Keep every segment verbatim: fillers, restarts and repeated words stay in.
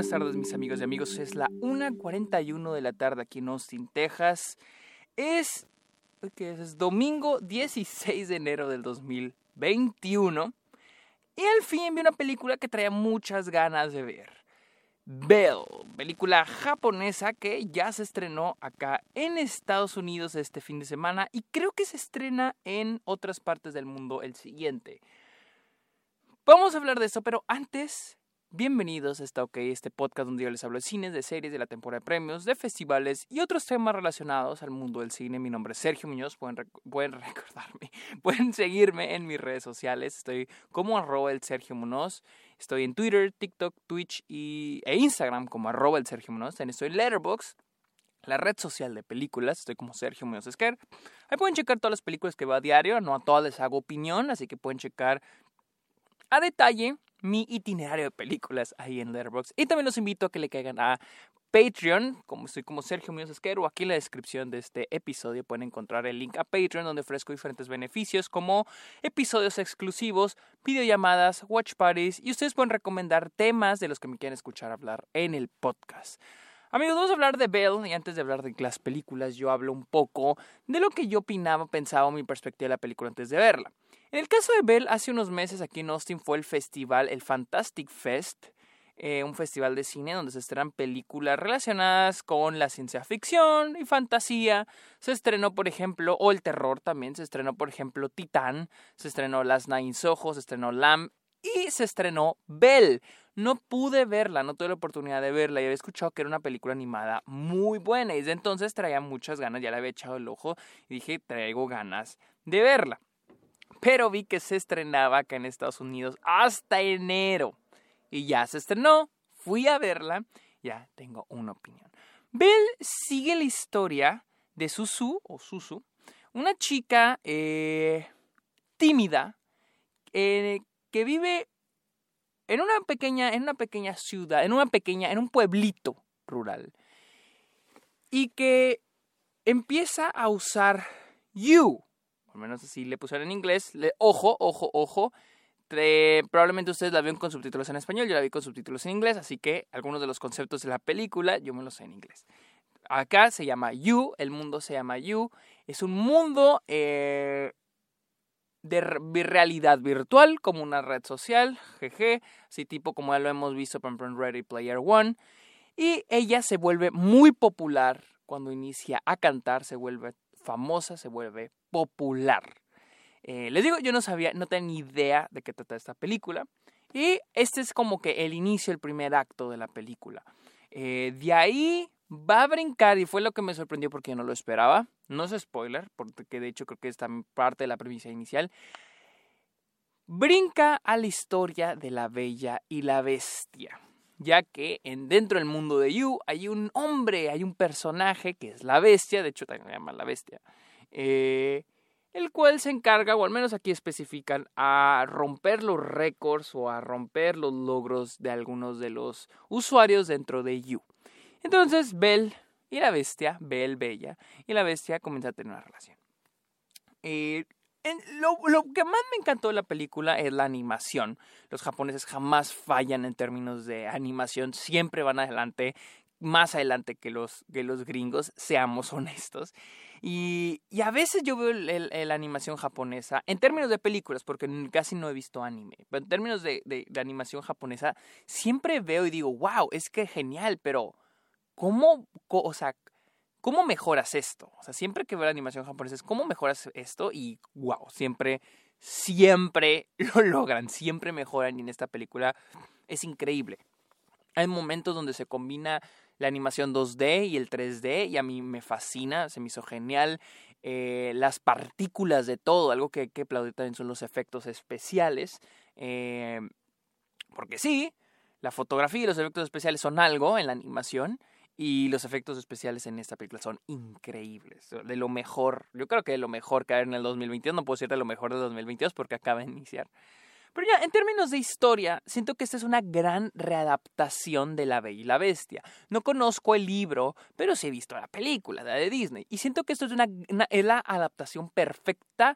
buenas tardes, mis amigos y amigos. Es la una cuarenta y uno de la tarde aquí en Austin, Texas. Es, ¿qué es? Es domingo dieciséis de enero del dos mil veintiuno. Y al fin vi una película que traía muchas ganas de ver. Belle, película japonesa que ya se estrenó acá en Estados Unidos este fin de semana y creo que se estrena en otras partes del mundo el siguiente. Vamos a hablar de eso, pero antes, bienvenidos a Está OK, este podcast donde yo les hablo de cines, de series, de la temporada de premios, de festivales y otros temas relacionados al mundo del cine. Mi nombre es Sergio Muñoz, pueden, rec- pueden recordarme, pueden seguirme en mis redes sociales. Estoy como arroba el Sergio Muñoz. Estoy en Twitter, TikTok, Twitch y, e Instagram como arroba el Sergio Muñoz. También estoy en Letterboxd, la red social de películas. Estoy como Sergio Muñoz Esquer. Ahí pueden checar todas las películas que veo a diario. No a todas les hago opinión, así que pueden checar a detalle mi itinerario de películas ahí en Letterboxd. Y también los invito a que le caigan a Patreon, como estoy como Sergio Muñoz Esquero. Aquí en la descripción de este episodio pueden encontrar el link a Patreon, donde ofrezco diferentes beneficios como episodios exclusivos, videollamadas, watch parties, y ustedes pueden recomendar temas de los que me quieren escuchar hablar en el podcast. Amigos, vamos a hablar de Belle, y antes de hablar de las películas, yo hablo un poco de lo que yo opinaba, pensaba, mi perspectiva de la película antes de verla. En el caso de Belle, hace unos meses aquí en Austin fue el festival, el Fantastic Fest, eh, un festival de cine donde se estrenan películas relacionadas con la ciencia ficción y fantasía. Se estrenó, por ejemplo, o el terror también, se estrenó, por ejemplo, Titán, se estrenó Las Nine Ojos, se estrenó Lamb y se estrenó Belle. No pude verla, no tuve la oportunidad de verla y había escuchado que era una película animada muy buena y desde entonces traía muchas ganas, ya le había echado el ojo y dije, traigo ganas de verla. Pero vi que se estrenaba acá en Estados Unidos hasta enero. Y ya se estrenó, fui a verla, ya tengo una opinión. Belle sigue la historia de Suzu, o Suzu, una chica eh, tímida eh, que vive en una pequeña, en una pequeña ciudad, en una pequeña, en un pueblito rural. Y que empieza a usar You. Al menos así le pusieron en inglés. Le, ojo, ojo, ojo. Tre, probablemente ustedes la vieron con subtítulos en español. Yo la vi con subtítulos en inglés. Así que algunos de los conceptos de la película yo me los sé en inglés. Acá se llama You. El mundo se llama You. Es un mundo eh, de realidad virtual, como una red social. Jeje. Así tipo como ya lo hemos visto por ejemplo en Ready Player One. Y ella se vuelve muy popular cuando inicia a cantar. Se vuelve famosa, se vuelve popular. Eh, les digo, yo no sabía, no tenía ni idea de qué trata esta película. Y este es como que el inicio, el primer acto de la película. Eh, de ahí va a brincar, y fue lo que me sorprendió porque yo no lo esperaba. No es spoiler, porque de hecho creo que es también parte de la premisa inicial. Brinca a la historia de la Bella y la Bestia. Ya que en, dentro del mundo de You hay un hombre, hay un personaje que es la Bestia, de hecho también se llama la Bestia, eh, el cual se encarga, o al menos aquí especifican, a romper los récords o a romper los logros de algunos de los usuarios dentro de You. Entonces Belle y la Bestia, Belle, Bella, y la Bestia comienzan a tener una relación. Eh, En lo, lo que más me encantó de la película es la animación. Los japoneses jamás fallan en términos de animación, siempre van adelante, más adelante que los, que los gringos, seamos honestos. Y, y a veces yo veo el, el, la animación japonesa, en términos de películas, porque casi no he visto anime, pero en términos de, de, de animación japonesa, siempre veo y digo, wow, es que genial, pero ¿cómo? O sea, ¿cómo mejoras esto? O sea, siempre que veo la animación japonesa es ¿cómo mejoras esto? Y wow, siempre, siempre lo logran, siempre mejoran y en esta película es increíble. Hay momentos donde se combina la animación dos D y el tres D y a mí me fascina, se me hizo genial. Eh, las partículas de todo, algo que hay que aplaudir también son los efectos especiales. Eh, porque sí, la fotografía y los efectos especiales son algo en la animación. Y los efectos especiales en esta película son increíbles. De lo mejor, yo creo que de lo mejor que hay en el dos mil veintidós. No puedo decir de lo mejor del dos mil veintidós porque acaba de iniciar. Pero ya, en términos de historia, siento que esta es una gran readaptación de La Bella y la Bestia. No conozco el libro, pero sí he visto la película, la de Disney. Y siento que esto es, una, una, es la adaptación perfecta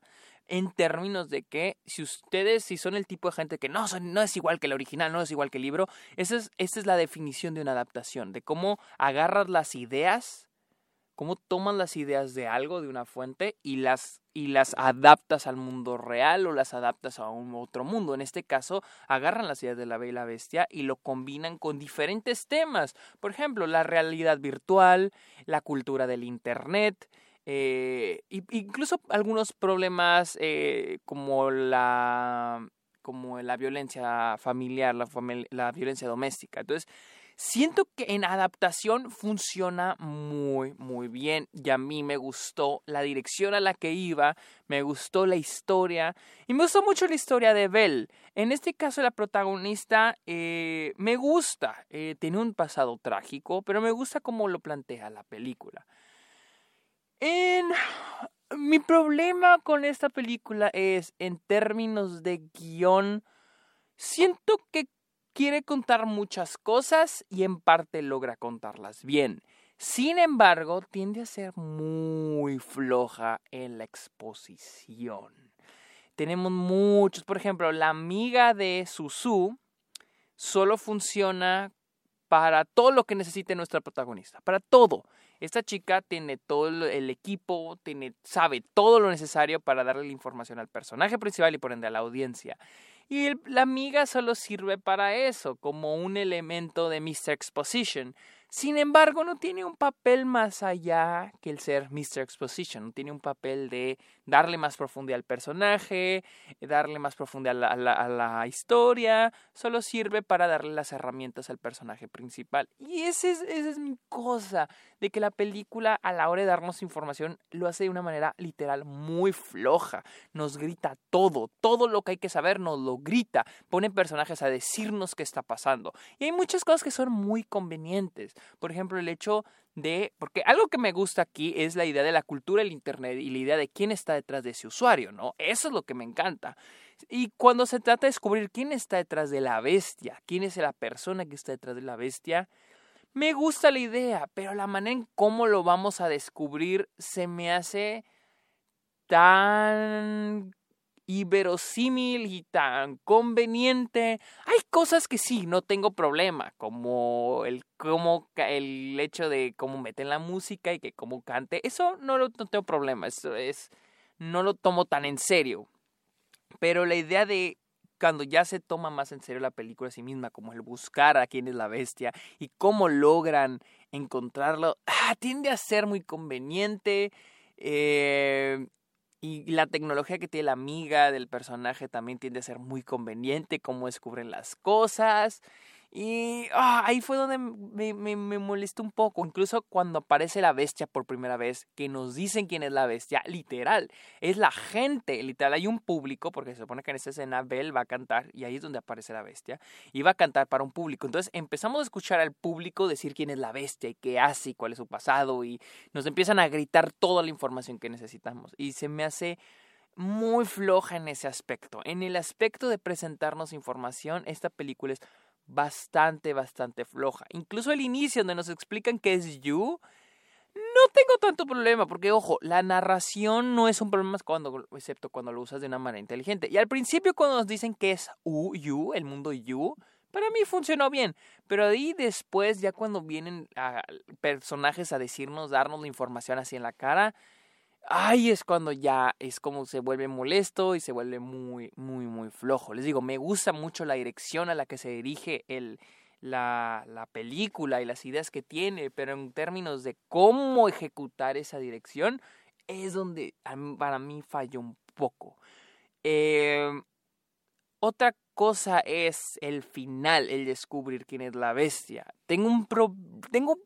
en términos de que si ustedes, si son el tipo de gente que no, son, no es igual que el original, no es igual que el libro, esa es, esa es la definición de una adaptación, de cómo agarras las ideas, cómo tomas las ideas de algo, de una fuente, y las, y las adaptas al mundo real o las adaptas a un otro mundo. En este caso, agarran las ideas de La Bella y la Bestia y lo combinan con diferentes temas. Por ejemplo, la realidad virtual, la cultura del internet, eh, incluso algunos problemas eh, como la como la violencia familiar, la, famili- la violencia doméstica. Entonces, siento que en adaptación funciona muy, muy bien. Y a mí me gustó la dirección a la que iba, me gustó la historia y me gustó mucho la historia de Belle. En este caso, la protagonista eh, me gusta. Eh, tiene un pasado trágico, pero me gusta cómo lo plantea la película. En... Mi problema con esta película es, en términos de guión, siento que quiere contar muchas cosas y en parte logra contarlas bien. Sin embargo, tiende a ser muy floja en la exposición. Tenemos muchos, por ejemplo, la amiga de Suzu solo funciona para todo lo que necesite nuestra protagonista, para todo. Esta chica tiene todo el equipo, tiene, sabe todo lo necesario para darle la información al personaje principal y por ende a la audiencia. Y el, la amiga solo sirve para eso, como un elemento de míster Exposition. Sin embargo, no tiene un papel más allá que el ser míster Exposition. No tiene un papel de darle más profundidad al personaje, darle más profundidad a la, a la, a la historia. Solo sirve para darle las herramientas al personaje principal. Y esa es, esa es mi cosa, de que la película a la hora de darnos información lo hace de una manera literal muy floja. Nos grita todo, todo lo que hay que saber nos lo grita. Pone personajes a decirnos qué está pasando. Y hay muchas cosas que son muy convenientes. Por ejemplo, el hecho de... Porque algo que me gusta aquí es la idea de la cultura del internet y la idea de quién está detrás de ese usuario, ¿no? Eso es lo que me encanta. Y cuando se trata de descubrir quién está detrás de la bestia, quién es la persona que está detrás de la bestia, me gusta la idea, pero la manera en cómo lo vamos a descubrir se me hace tan inverosímil y tan conveniente. Hay cosas que sí, no tengo problema, como el, como el hecho de cómo meten la música y que cómo cante. Eso no, lo, no tengo problema, eso es, no lo tomo tan en serio. Pero la idea de cuando ya se toma más en serio la película a sí misma, como el buscar a quién es la bestia y cómo logran encontrarlo, ah, tiende a ser muy conveniente. Eh, y la tecnología que tiene la amiga del personaje también tiende a ser muy conveniente, cómo descubren las cosas. Y oh, ahí fue donde me, me, me molestó un poco. Incluso cuando aparece la bestia por primera vez, que nos dicen quién es la bestia, literal, es la gente, literal, hay un público, porque se supone que en esta escena Belle va a cantar, y ahí es donde aparece la bestia, y va a cantar para un público. Entonces empezamos a escuchar al público decir quién es la bestia, y qué hace, y cuál es su pasado, y nos empiezan a gritar toda la información que necesitamos. Y se me hace muy floja en ese aspecto. En el aspecto de presentarnos información, esta película es bastante, bastante floja. Incluso el inicio donde nos explican qué es You, no tengo tanto problema, porque ojo, la narración no es un problema cuando, excepto cuando lo usas de una manera inteligente. Y al principio cuando nos dicen que es U, You, el mundo You, para mí funcionó bien. Pero ahí después, ya cuando vienen a personajes a decirnos, darnos la información así en la cara, ahí es cuando ya es como se vuelve molesto y se vuelve muy, muy, muy flojo. Les digo, me gusta mucho la dirección a la que se dirige el, la, la película y las ideas que tiene, pero en términos de cómo ejecutar esa dirección, es donde para mí falló un poco. Eh, otra cosa es el final, el descubrir quién es la bestia. Tengo un pro... Tengo...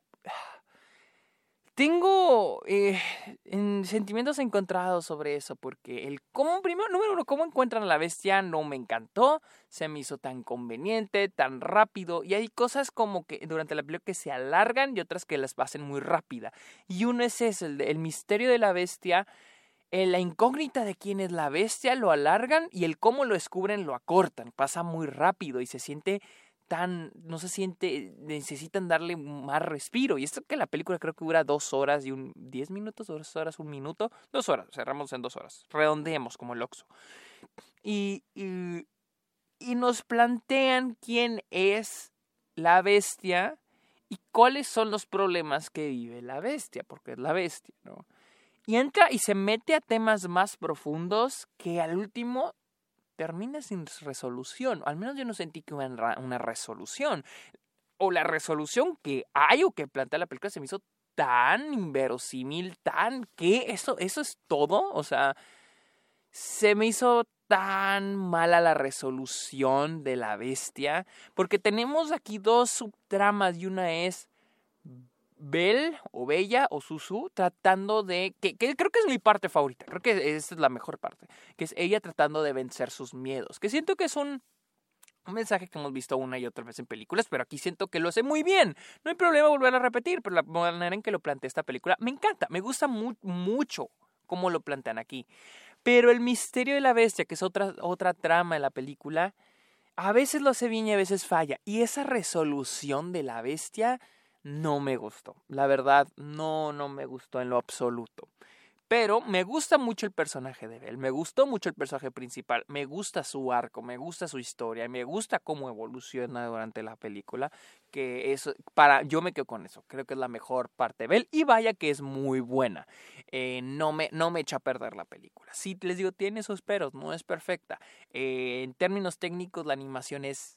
Tengo eh, en sentimientos encontrados sobre eso, porque el cómo, primero, número uno, cómo encuentran a la bestia no me encantó, se me hizo tan conveniente, tan rápido, y hay cosas como que durante la película que se alargan y otras que las hacen muy rápida. Y uno es ese, el, el misterio de la bestia, eh, la incógnita de quién es la bestia lo alargan y el cómo lo descubren lo acortan, pasa muy rápido y se siente tan, no se siente, necesitan darle más respiro. Y esto que la película creo que dura dos horas y un, diez minutos, dos horas, un minuto, dos horas, cerramos en dos horas, redondeemos como el Oxxo. Y, y, y nos plantean quién es la bestia y cuáles son los problemas que vive la bestia, porque es la bestia, ¿no? Y entra y se mete a temas más profundos que al último termina sin resolución. Al menos yo no sentí que hubo una resolución. O la resolución que hay o que plantea la película se me hizo tan inverosímil, tan... ¿Qué? ¿Eso, eso es todo? O sea, se me hizo tan mala la resolución de la bestia. Porque tenemos aquí dos subtramas y una es Belle o Bella o Suzu tratando de... Que, que creo que es mi parte favorita. Creo que esa es la mejor parte. Que es ella tratando de vencer sus miedos. Que siento que es un... Un mensaje que hemos visto una y otra vez en películas, pero aquí siento que lo hace muy bien. No hay problema volver a repetir, pero la manera en que lo plantea esta película me encanta. Me gusta mu- mucho cómo lo plantean aquí. Pero el misterio de la bestia, que es otra, otra trama de la película, a veces lo hace bien y a veces falla. Y esa resolución de la bestia no me gustó. La verdad, no, no me gustó en lo absoluto. Pero me gusta mucho el personaje de Belle, me gustó mucho el personaje principal, me gusta su arco, me gusta su historia, me gusta cómo evoluciona durante la película, que eso, para, yo me quedo con eso, creo que es la mejor parte de Belle y vaya que es muy buena, eh, no, me, no me echa a perder la película. Sí, les digo, tiene sus peros, no es perfecta, eh, en términos técnicos la animación es...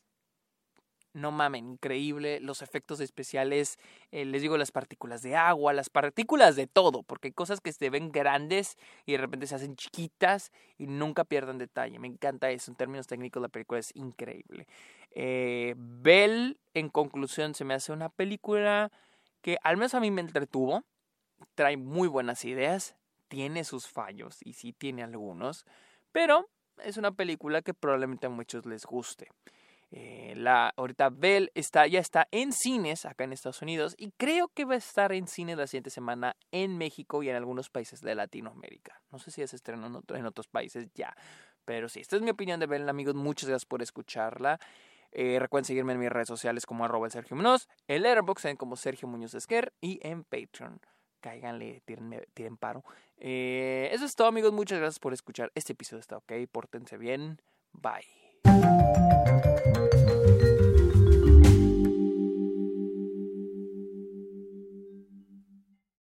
No mamen, increíble, los efectos especiales, eh, les digo las partículas de agua, las partículas de todo, porque hay cosas que se ven grandes y de repente se hacen chiquitas y nunca pierden detalle. Me encanta eso, en términos técnicos la película es increíble. Eh, Belle, en conclusión, se me hace una película que al menos a mí me entretuvo, trae muy buenas ideas, tiene sus fallos y sí tiene algunos, pero es una película que probablemente a muchos les guste. Eh, la, ahorita Belle está, ya está en cines acá en Estados Unidos y creo que va a estar en cines la siguiente semana en México y en algunos países de Latinoamérica. No sé si ya se estrenó en, otro, en otros países ya, pero sí, esta es mi opinión de Belle, amigos. Muchas gracias por escucharla. Eh, recuerden seguirme en mis redes sociales como arroba el Sergio Muñoz, en Letterboxd como Sergio Muñoz Esquer y en Patreon. Cáiganle, tiren, tiren paro. Eh, eso es todo, amigos. Muchas gracias por escuchar este episodio. Está ok, pórtense bien. Bye.